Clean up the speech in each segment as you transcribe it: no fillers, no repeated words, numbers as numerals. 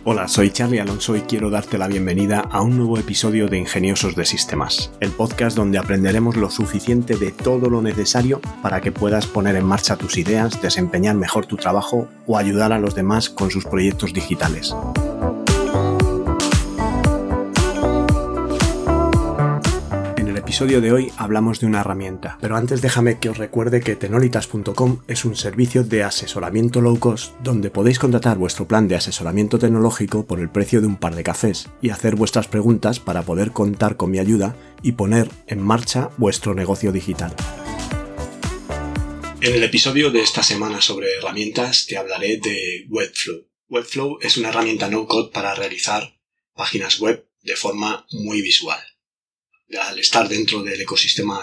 Hola, soy Charlie Alonso y quiero darte la bienvenida a un nuevo episodio de Ingeniosos de Sistemas, el podcast donde aprenderemos lo suficiente de todo lo necesario para que puedas poner en marcha tus ideas, desempeñar mejor tu trabajo o ayudar a los demás con sus proyectos digitales. En el episodio de hoy hablamos de una herramienta, pero antes déjame que os recuerde que Tenolitas.com es un servicio de asesoramiento low cost donde podéis contratar vuestro plan de asesoramiento tecnológico por el precio de un par de cafés y hacer vuestras preguntas para poder contar con mi ayuda y poner en marcha vuestro negocio digital. En el episodio de esta semana sobre herramientas te hablaré de Webflow. Webflow es una herramienta no-code para realizar páginas web de forma muy visual. Al estar dentro del ecosistema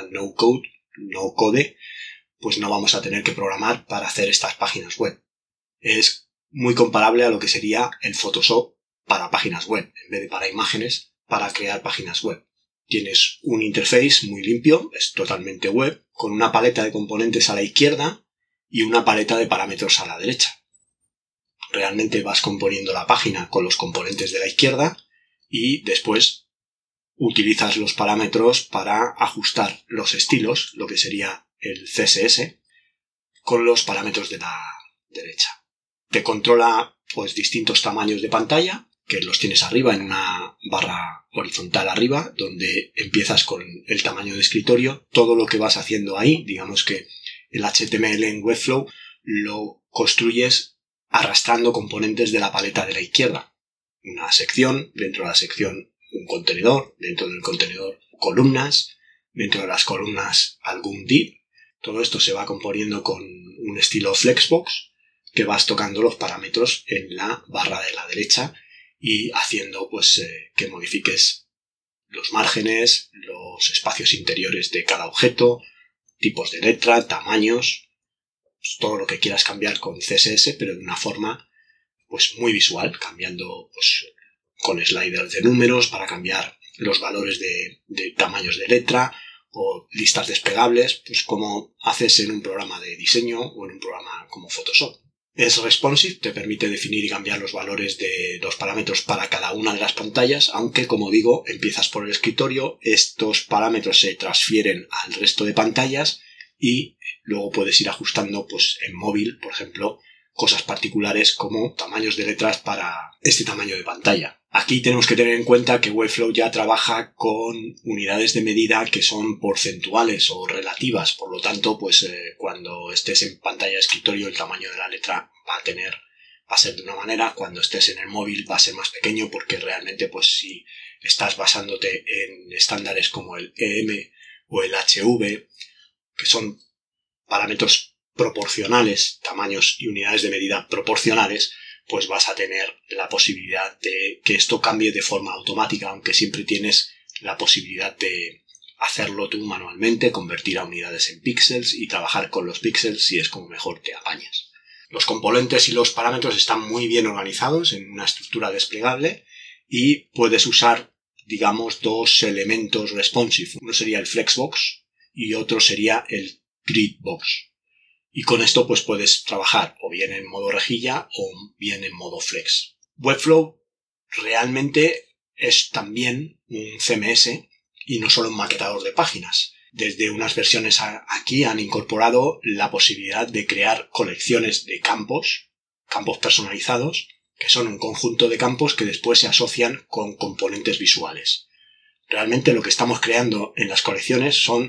no-code, pues no vamos a tener que programar para hacer estas páginas web. Es muy comparable a lo que sería el Photoshop para páginas web, en vez de para imágenes, para crear páginas web. Tienes un interface muy limpio, es totalmente web, con una paleta de componentes a la izquierda y una paleta de parámetros a la derecha. Realmente vas componiendo la página con los componentes de la izquierda y después utilizas los parámetros para ajustar los estilos, lo que sería el CSS, con los parámetros de la derecha. Te controla pues distintos tamaños de pantalla, que los tienes arriba en una barra horizontal arriba, donde empiezas con el tamaño de escritorio. Todo lo que vas haciendo ahí, digamos que el HTML en Webflow lo construyes arrastrando componentes de la paleta de la izquierda. Una sección, dentro de la sección un contenedor, dentro del contenedor columnas, dentro de las columnas algún div. Todo esto se va componiendo con un estilo Flexbox que vas tocando los parámetros en la barra de la derecha y haciendo que modifiques los márgenes, los espacios interiores de cada objeto, tipos de letra, tamaños, pues todo lo que quieras cambiar con CSS, pero de una forma muy visual, cambiando con sliders de números para cambiar los valores de tamaños de letra o listas desplegables, pues como haces en un programa de diseño o en un programa como Photoshop. Es responsive, te permite definir y cambiar los valores de los parámetros para cada una de las pantallas, aunque como digo, empiezas por el escritorio, estos parámetros se transfieren al resto de pantallas y luego puedes ir ajustando en móvil, por ejemplo, cosas particulares como tamaños de letras para este tamaño de pantalla. Aquí tenemos que tener en cuenta que Webflow ya trabaja con unidades de medida que son porcentuales o relativas, por lo tanto, cuando estés en pantalla de escritorio el tamaño de la letra va a ser de una manera, cuando estés en el móvil va a ser más pequeño porque realmente si estás basándote en estándares como el EM o el HV, que son parámetros proporcionales, tamaños y unidades de medida proporcionales, pues vas a tener la posibilidad de que esto cambie de forma automática, aunque siempre tienes la posibilidad de hacerlo tú manualmente, convertir a unidades en píxeles y trabajar con los píxeles si es como mejor te apañas. Los componentes y los parámetros están muy bien organizados en una estructura desplegable y puedes usar, digamos, dos elementos responsive. Uno sería el Flexbox y otro sería el Gridbox. Y con esto puedes trabajar o bien en modo rejilla o bien en modo flex. Webflow realmente es también un CMS y no solo un maquetador de páginas. Desde unas versiones aquí han incorporado la posibilidad de crear colecciones de campos personalizados, que son un conjunto de campos que después se asocian con componentes visuales. Realmente lo que estamos creando en las colecciones son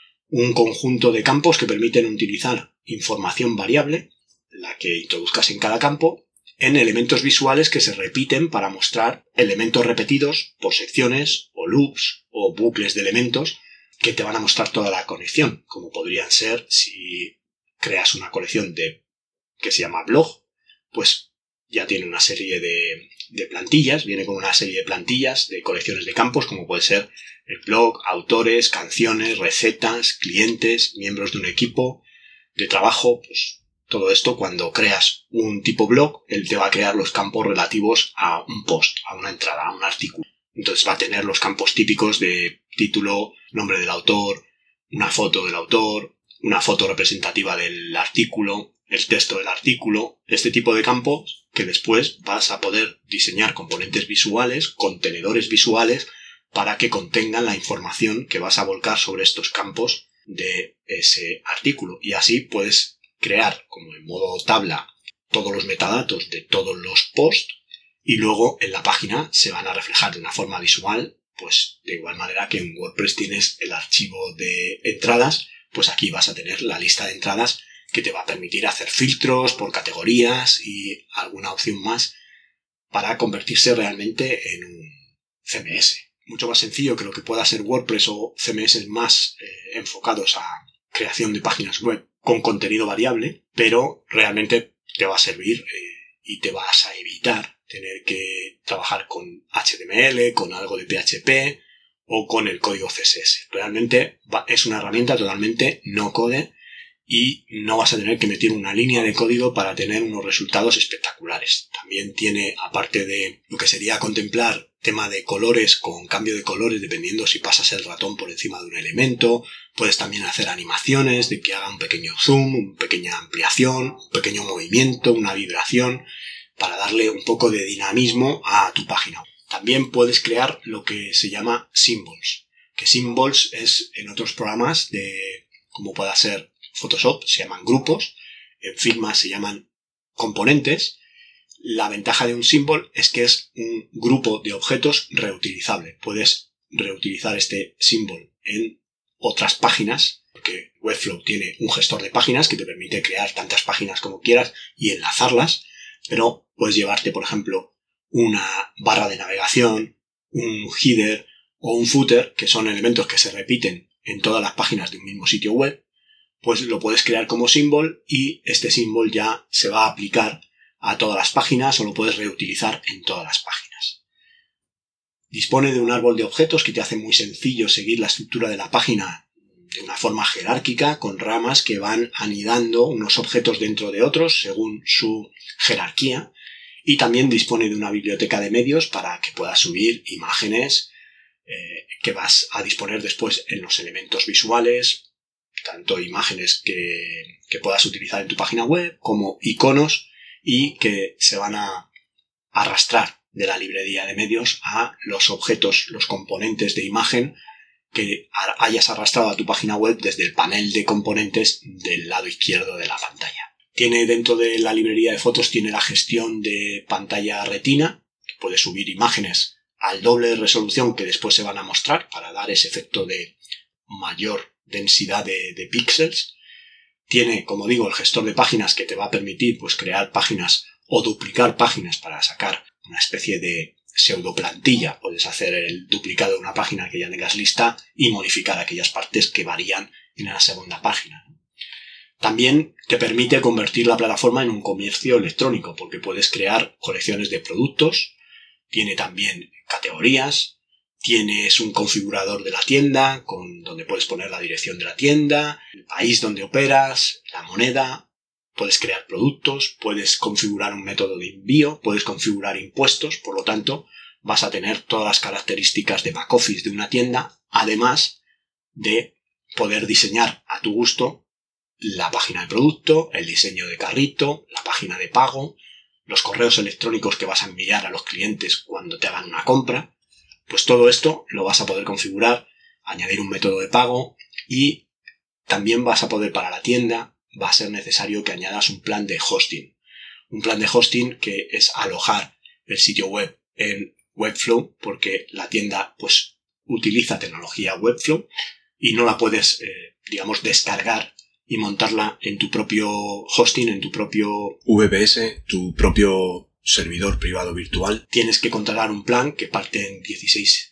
un conjunto de campos que permiten utilizar información variable, la que introduzcas en cada campo, en elementos visuales que se repiten para mostrar elementos repetidos por secciones o loops o bucles de elementos que te van a mostrar toda la colección, como podrían ser si creas una colección que se llama blog, pues ya tiene una serie de plantillas, viene con una serie de plantillas de colecciones de campos, como puede ser el blog, autores, canciones, recetas, clientes, miembros de un equipo de trabajo. Todo esto, cuando creas un tipo blog, él te va a crear los campos relativos a un post, a una entrada, a un artículo. Entonces va a tener los campos típicos de título, nombre del autor, una foto del autor, una foto representativa del artículo, el texto del artículo. Este tipo de campos que después vas a poder diseñar componentes visuales, contenedores visuales, para que contengan la información que vas a volcar sobre estos campos de ese artículo. Y así puedes crear, como en modo tabla, todos los metadatos de todos los posts, y luego en la página se van a reflejar de una forma visual, pues de igual manera que en WordPress tienes el archivo de entradas, pues aquí vas a tener la lista de entradas que te va a permitir hacer filtros por categorías y alguna opción más para convertirse realmente en un CMS. Mucho más sencillo que lo que pueda ser WordPress o CMS más enfocados a creación de páginas web con contenido variable, pero realmente te va a servir y te vas a evitar tener que trabajar con HTML, con algo de PHP o con el código CSS. Realmente es una herramienta totalmente no code y no vas a tener que meter una línea de código para tener unos resultados espectaculares. También tiene, aparte de lo que sería contemplar tema de colores con cambio de colores dependiendo si pasas el ratón por encima de un elemento, puedes también hacer animaciones de que haga un pequeño zoom, una pequeña ampliación, un pequeño movimiento, una vibración, para darle un poco de dinamismo a tu página. También puedes crear lo que se llama symbols, que symbols es en otros programas de, como pueda ser Photoshop, se llaman grupos, en Figma se llaman componentes. La ventaja de un symbol es que es un grupo de objetos reutilizable. Puedes reutilizar este symbol en otras páginas, porque Webflow tiene un gestor de páginas que te permite crear tantas páginas como quieras y enlazarlas, pero puedes llevarte, por ejemplo, una barra de navegación, un header o un footer, que son elementos que se repiten en todas las páginas de un mismo sitio web, pues lo puedes crear como symbol y este symbol ya se va a aplicar a todas las páginas o lo puedes reutilizar en todas las páginas. Dispone de un árbol de objetos que te hace muy sencillo seguir la estructura de la página de una forma jerárquica, con ramas que van anidando unos objetos dentro de otros según su jerarquía, y también dispone de una biblioteca de medios para que puedas subir imágenes que vas a disponer después en los elementos visuales, tanto imágenes que puedas utilizar en tu página web como iconos y que se van a arrastrar de la librería de medios a los objetos, los componentes de imagen que hayas arrastrado a tu página web desde el panel de componentes del lado izquierdo de la pantalla. Tiene dentro de la librería de fotos, tiene la gestión de pantalla retina, que puede subir imágenes al doble de resolución que después se van a mostrar para dar ese efecto de mayor densidad de píxeles. Tiene, como digo, el gestor de páginas que te va a permitir pues crear páginas o duplicar páginas para sacar una especie de pseudoplantilla. Puedes hacer el duplicado de una página que ya tengas lista y modificar aquellas partes que varían en la segunda página. También te permite convertir la plataforma en un comercio electrónico porque puedes crear colecciones de productos. Tiene también categorías. Tienes un configurador de la tienda donde puedes poner la dirección de la tienda, el país donde operas, la moneda. Puedes crear productos, puedes configurar un método de envío, puedes configurar impuestos, por lo tanto vas a tener todas las características de back office de una tienda, además de poder diseñar a tu gusto la página de producto, el diseño de carrito, la página de pago, los correos electrónicos que vas a enviar a los clientes cuando te hagan una compra. Pues todo esto lo vas a poder configurar, añadir un método de pago y también vas a poder para la tienda va a ser necesario que añadas un plan de hosting. Un plan de hosting que es alojar el sitio web en Webflow porque la tienda pues utiliza tecnología Webflow y no la puedes, descargar y montarla en tu propio hosting, en tu propio VPS, tu propio servidor privado virtual. Tienes que contratar un plan que parte en $16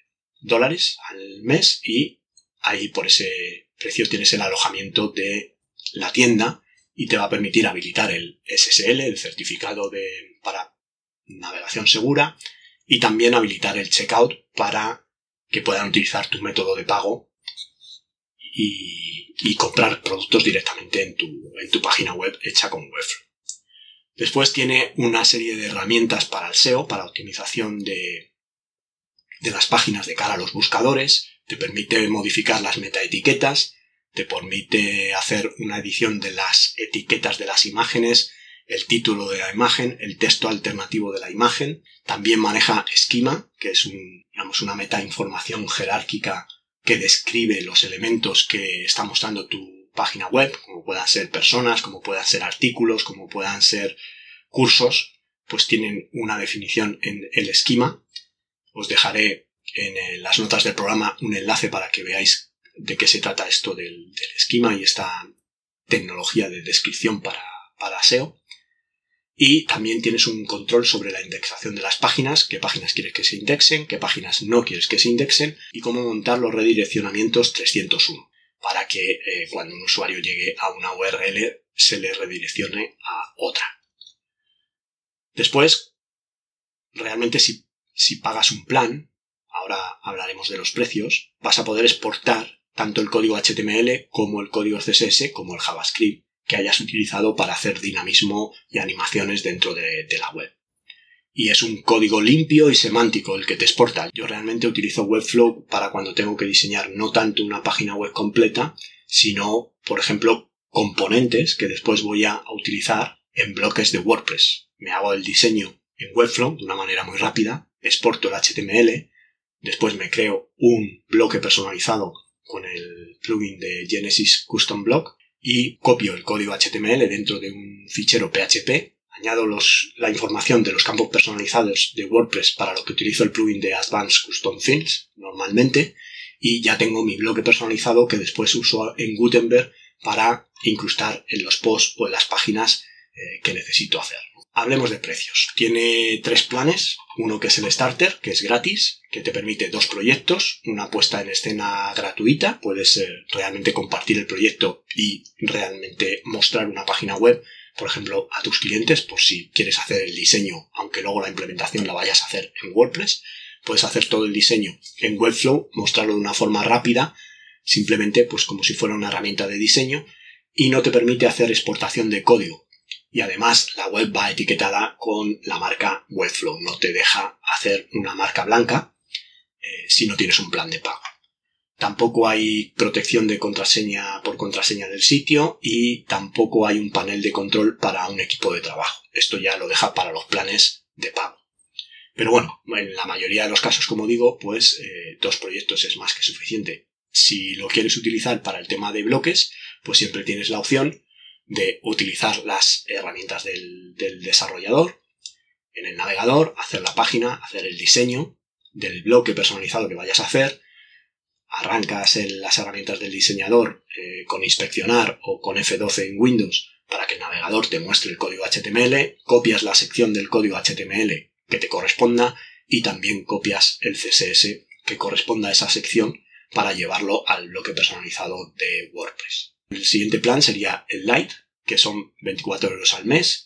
al mes y ahí por ese precio tienes el alojamiento de la tienda y te va a permitir habilitar el SSL, el certificado para navegación segura, y también habilitar el checkout para que puedan utilizar tu método de pago y comprar productos directamente en tu página web hecha con Webflow. Después tiene una serie de herramientas para el SEO, para optimización de las páginas de cara a los buscadores. Te permite modificar las metaetiquetas, te permite hacer una edición de las etiquetas de las imágenes, el título de la imagen, el texto alternativo de la imagen. También maneja Schema, que es una metainformación jerárquica que describe los elementos que está mostrando tu página web, como puedan ser personas, como puedan ser artículos, como puedan ser cursos, pues tienen una definición en el Schema. Os dejaré en las notas del programa un enlace para que veáis de qué se trata esto del Schema y esta tecnología de descripción para SEO. Y también tienes un control sobre la indexación de las páginas, qué páginas quieres que se indexen, qué páginas no quieres que se indexen y cómo montar los redireccionamientos 301 para que cuando un usuario llegue a una URL se le redireccione a otra. Después, realmente si pagas un plan, ahora hablaremos de los precios, vas a poder exportar tanto el código HTML como el código CSS como el JavaScript que hayas utilizado para hacer dinamismo y animaciones dentro de la web. Y es un código limpio y semántico el que te exporta. Yo realmente utilizo Webflow para cuando tengo que diseñar no tanto una página web completa, sino, por ejemplo, componentes que después voy a utilizar en bloques de WordPress. Me hago el diseño en Webflow de una manera muy rápida, exporto el HTML, después me creo un bloque personalizado con el plugin de Genesis Custom Block y copio el código HTML dentro de un fichero PHP, añado la información de los campos personalizados de WordPress para lo que utilizo el plugin de Advanced Custom Fields normalmente y ya tengo mi bloque personalizado que después uso en Gutenberg para incrustar en los posts o en las páginas que necesito hacer. Hablemos de precios. Tiene 3 planes. Uno que es el Starter, que es gratis, que te permite 2 proyectos, una puesta en escena gratuita. Puedes realmente compartir el proyecto y realmente mostrar una página web, por ejemplo, a tus clientes, por si quieres hacer el diseño, aunque luego la implementación la vayas a hacer en WordPress. Puedes hacer todo el diseño en Webflow, mostrarlo de una forma rápida, simplemente pues como si fuera una herramienta de diseño, y no te permite hacer exportación de código. Y además la web va etiquetada con la marca Webflow. No te deja hacer una marca blanca si no tienes un plan de pago. Tampoco hay protección de contraseña por contraseña del sitio y tampoco hay un panel de control para un equipo de trabajo. Esto ya lo deja para los planes de pago. Pero bueno, en la mayoría de los casos, como digo, pues 2 proyectos es más que suficiente. Si lo quieres utilizar para el tema de bloques, pues siempre tienes la opción de utilizar las herramientas del desarrollador en el navegador, hacer la página, hacer el diseño del bloque personalizado que vayas a hacer, arrancas las herramientas del diseñador con inspeccionar o con F12 en Windows para que el navegador te muestre el código HTML, copias la sección del código HTML que te corresponda y también copias el CSS que corresponda a esa sección para llevarlo al bloque personalizado de WordPress. El siguiente plan sería el Lite, que son 24 euros al mes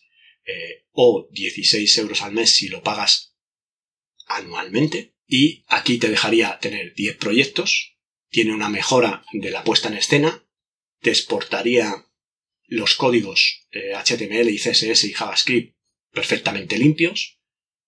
o 16 euros al mes si lo pagas anualmente. Y aquí te dejaría tener 10 proyectos. Tiene una mejora de la puesta en escena. Te exportaría los códigos HTML y CSS y JavaScript perfectamente limpios.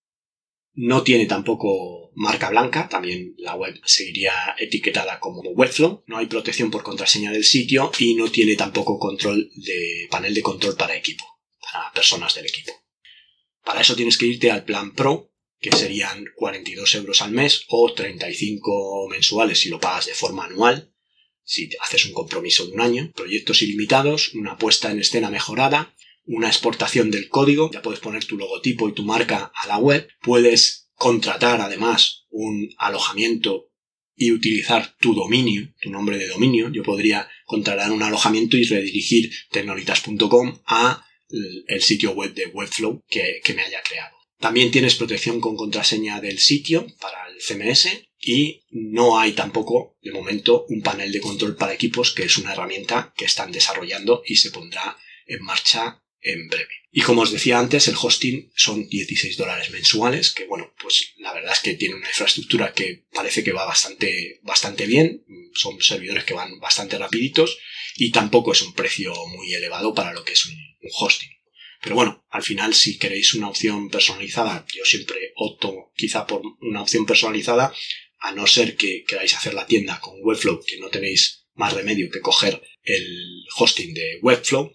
No tiene tampoco marca blanca, también la web seguiría etiquetada como Webflow. No hay protección por contraseña del sitio y no tiene tampoco panel de control para equipo, para personas del equipo. Para eso tienes que irte al plan Pro, que serían 42 euros al mes o 35 mensuales si lo pagas de forma anual, si haces un compromiso de un año. Proyectos ilimitados, una puesta en escena mejorada, una exportación del código, ya puedes poner tu logotipo y tu marca a la web, puedes contratar además un alojamiento y utilizar tu dominio, tu nombre de dominio. Yo podría contratar un alojamiento y redirigir tecnolitas.com a el sitio web de Webflow que me haya creado. También tienes protección con contraseña del sitio para el CMS y no hay tampoco, de momento, un panel de control para equipos, que es una herramienta que están desarrollando y se pondrá en marcha en breve. Y como os decía antes, el hosting son $16 mensuales, que bueno, pues la verdad es que tiene una infraestructura que parece que va bastante bien, son servidores que van bastante rapiditos y tampoco es un precio muy elevado para lo que es un hosting. Pero bueno, al final si queréis una opción personalizada, yo siempre opto quizá por una opción personalizada, a no ser que queráis hacer la tienda con Webflow, que no tenéis más remedio que coger el hosting de Webflow,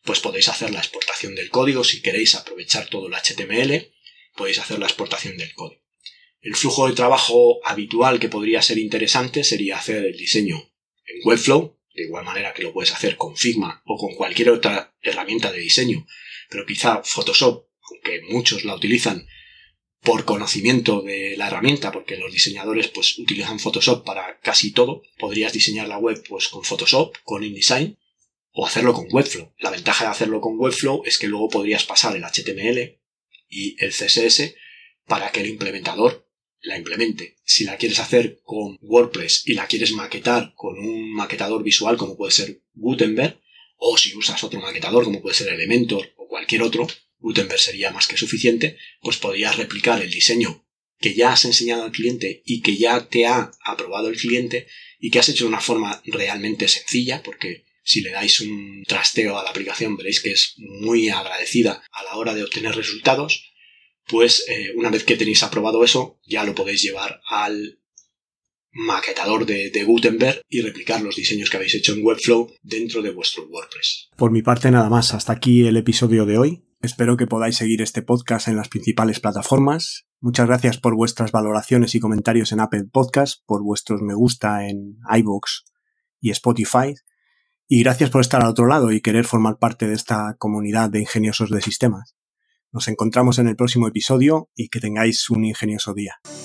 pues podéis hacer la exportación del código. Si queréis aprovechar todo el HTML, podéis hacer la exportación del código. El flujo de trabajo habitual que podría ser interesante sería hacer el diseño en Webflow, de igual manera que lo puedes hacer con Figma o con cualquier otra herramienta de diseño, pero quizá Photoshop, aunque muchos la utilizan por conocimiento de la herramienta, porque los diseñadores pues utilizan Photoshop para casi todo. Podrías diseñar la web pues con Photoshop, con InDesign, o hacerlo con Webflow. La ventaja de hacerlo con Webflow es que luego podrías pasar el HTML y el CSS para que el implementador la implemente. Si la quieres hacer con WordPress y la quieres maquetar con un maquetador visual como puede ser Gutenberg, o si usas otro maquetador como puede ser Elementor o cualquier otro, Gutenberg sería más que suficiente, pues podrías replicar el diseño que ya has enseñado al cliente y que ya te ha aprobado el cliente y que has hecho de una forma realmente sencilla, porque si le dais un trasteo a la aplicación veréis que es muy agradecida a la hora de obtener resultados. Pues una vez que tenéis aprobado eso, ya lo podéis llevar al maquetador de Gutenberg y replicar los diseños que habéis hecho en Webflow dentro de vuestro WordPress. Por mi parte nada más, hasta aquí el episodio de hoy. Espero que podáis seguir este podcast en las principales plataformas. Muchas gracias por vuestras valoraciones y comentarios en Apple Podcast, por vuestros me gusta en iVoox y Spotify. Y gracias por estar al otro lado y querer formar parte de esta comunidad de ingeniosos de sistemas. Nos encontramos en el próximo episodio y que tengáis un ingenioso día.